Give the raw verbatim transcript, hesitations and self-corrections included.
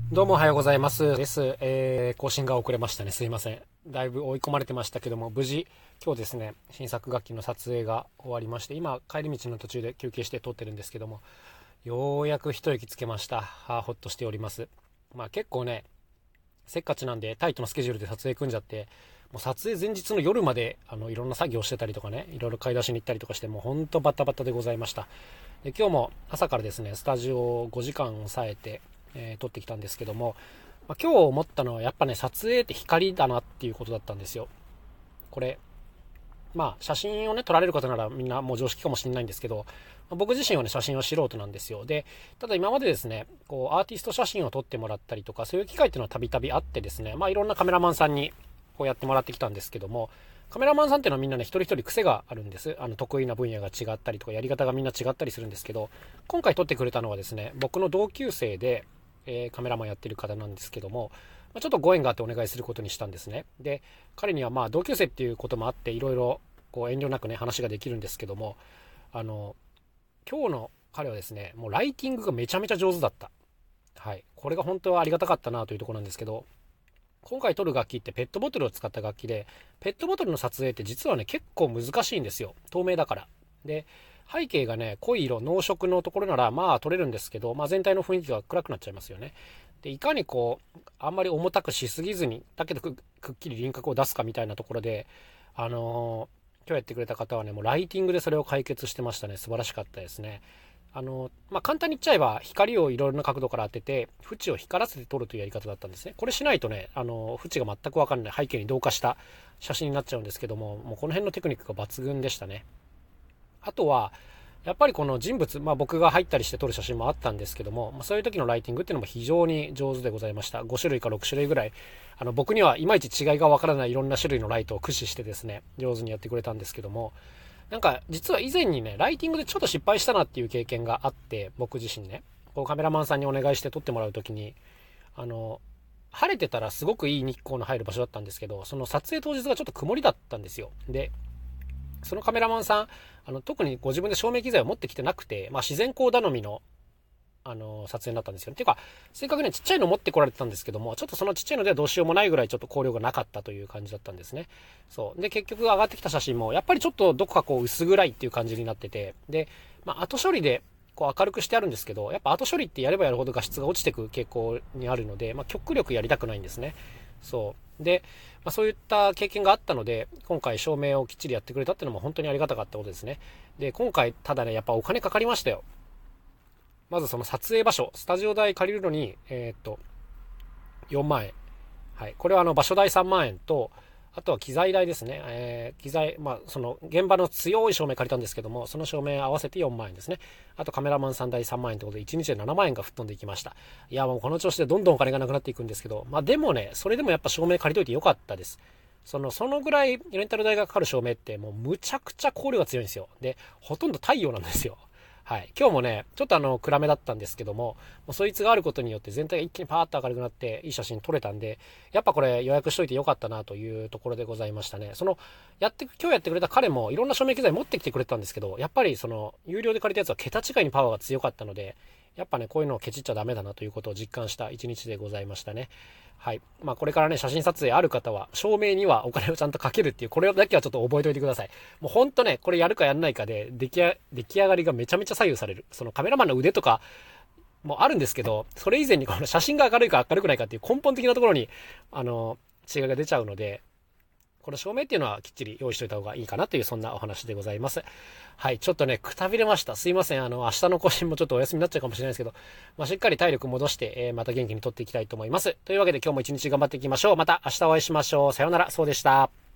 どうもおはようございますです、えー、更新が遅れましたね。すいません。だいぶ追い込まれてましたけども、無事今日ですね、新作楽器の撮影が終わりまして、今帰り道の途中で休憩して撮ってるんですけども、ようやく一息つけました。はあ、ほっとしております。まあ結構ね、せっかちなんでタイトなスケジュールで撮影組んじゃって、もう撮影前日の夜まであのいろんな作業してたりとかね、いろいろ買い出しに行ったりとかして、もうほんとバタバタでございました。で今日も朝からですね、スタジオをごじかん抑えて、えー撮ってきたんですけども、まあ、今日思ったのはやっぱね、撮影って光だなっていうことだったんですよ。これまあ写真をね撮られる方ならみんなもう常識かもしれないんですけど、まあ僕自身はね写真は素人なんですよ。でただ今までですね、こうアーティスト写真を撮ってもらったりとか、そういう機会っていうのはたびたびあってですね、まあいろんなカメラマンさんにこうやってもらってきたんですけども、カメラマンさんっていうのはみんなね一人一人癖があるんです。あの得意な分野が違ったりとかやり方がみんな違ったりするんですけど、今回撮ってくれたのはですね、僕の同級生で、えーカメラマンやってる方なんですけども、まあちょっとご縁があってお願いすることにしたんですね。で彼にはまあ同級生っていうこともあっていろいろこう遠慮なくね話ができるんですけども、あの今日の彼はですね、もうライティングがめちゃめちゃ上手だった。はい、これが本当はありがたかったなというところなんですけど、今回撮る楽器ってペットボトルを使った楽器で、ペットボトルの撮影って実はね結構難しいんですよ。透明だから。で背景がね濃い色濃色のところならまあ撮れるんですけど、まあ、全体の雰囲気が暗くなっちゃいますよね。でいかにこうあんまり重たくしすぎずにだけど く, くっきり輪郭を出すかみたいなところで、あのー今日やってくれた方はね、もうライティングでそれを解決してましたね。素晴らしかったですね。あのまあ、簡単に言っちゃえば光をいろいろな角度から当てて縁を光らせて撮るというやり方だったんですね。これしないとね、あの縁が全く分かんない背景に同化した写真になっちゃうんですけども、もうこの辺のテクニックが抜群でしたね。あとはやっぱりこの人物、まあ、僕が入ったりして撮る写真もあったんですけども、まあ、そういう時のライティングっていうのも非常に上手でございました。ご種類かろく種類ぐらい、あの僕にはいまいち違いがわからないいろんな種類のライトを駆使してですね、上手にやってくれたんですけども、なんか実は以前にねライティングでちょっと失敗したなっていう経験があって、僕自身ね、こうカメラマンさんにお願いして撮ってもらう時に、あの晴れてたらすごくいい日光の入る場所だったんですけど、その撮影当日がちょっと曇りだったんですよ。でそのカメラマンさん、あの特にご自分で照明機材を持ってきてなくて、まあ、自然光頼みのあの撮影だったんですよね。ていうか正確にはちっちゃいの持ってこられてたんですけども、ちょっとそのちっちゃいのではどうしようもないぐらいちょっと光量がなかったという感じだったんですね。そうで結局上がってきた写真もやっぱりちょっとどこかこう薄暗いっていう感じになってて、で、まあ、後処理でこう明るくしてあるんですけど、やっぱ後処理ってやればやるほど画質が落ちていく傾向にあるので、まあ、極力やりたくないんですね。そうで、まあ、そういった経験があったので、今回照明をきっちりやってくれたっていうのも本当にありがたかったことですね。で今回ただね、やっぱお金かかりましたよ。まずその撮影場所、スタジオ代借りるのに、えー、っと、よんまん円。はい。これはあの場所代さんまん円と、あとは機材代ですね。えー、機材、まあ、その現場の強い照明借りたんですけども、その照明合わせてよんまん円ですね。あとカメラマンさん代さんまん円ということで、いちにちでななまん円が吹っ飛んでいきました。いや、もうこの調子でどんどんお金がなくなっていくんですけど、まあでもね、それでもやっぱ照明借りといてよかったです。その、そのぐらいレンタル代がかかる照明ってもうむちゃくちゃ光量が強いんですよ。で、ほとんど太陽なんですよ。はい。今日もね、ちょっとあの、暗めだったんですけども、もうそいつがあることによって全体が一気にパーッと明るくなって、いい写真撮れたんで、やっぱこれ予約しといてよかったなというところでございましたね。その、やって、今日やってくれた彼もいろんな照明機材持ってきてくれたんですけど、やっぱりその、有料で借りたやつは桁違いにパワーが強かったので、やっぱね、こういうのをケチっちゃダメだなということを実感した一日でございましたね。はい。まあこれからね、写真撮影ある方は、照明にはお金をちゃんとかけるっていう、これだけはちょっと覚えておいてください。もうほんとね、これやるかやんないかで、出来や、出来上がりがめちゃめちゃ左右される。そのカメラマンの腕とかもあるんですけど、それ以前にこの写真が明るいか明るくないかっていう根本的なところに、あの、違いが出ちゃうので、この照明っていうのはきっちり用意しといた方がいいかなという、そんなお話でございます。はい、ちょっとね、くたびれました。すいません。あの、明日の更新もちょっとお休みになっちゃうかもしれないですけど、まあ、しっかり体力戻して、えー、また元気に撮っていきたいと思います。というわけで今日も一日頑張っていきましょう。また明日お会いしましょう。さようなら。そうでした。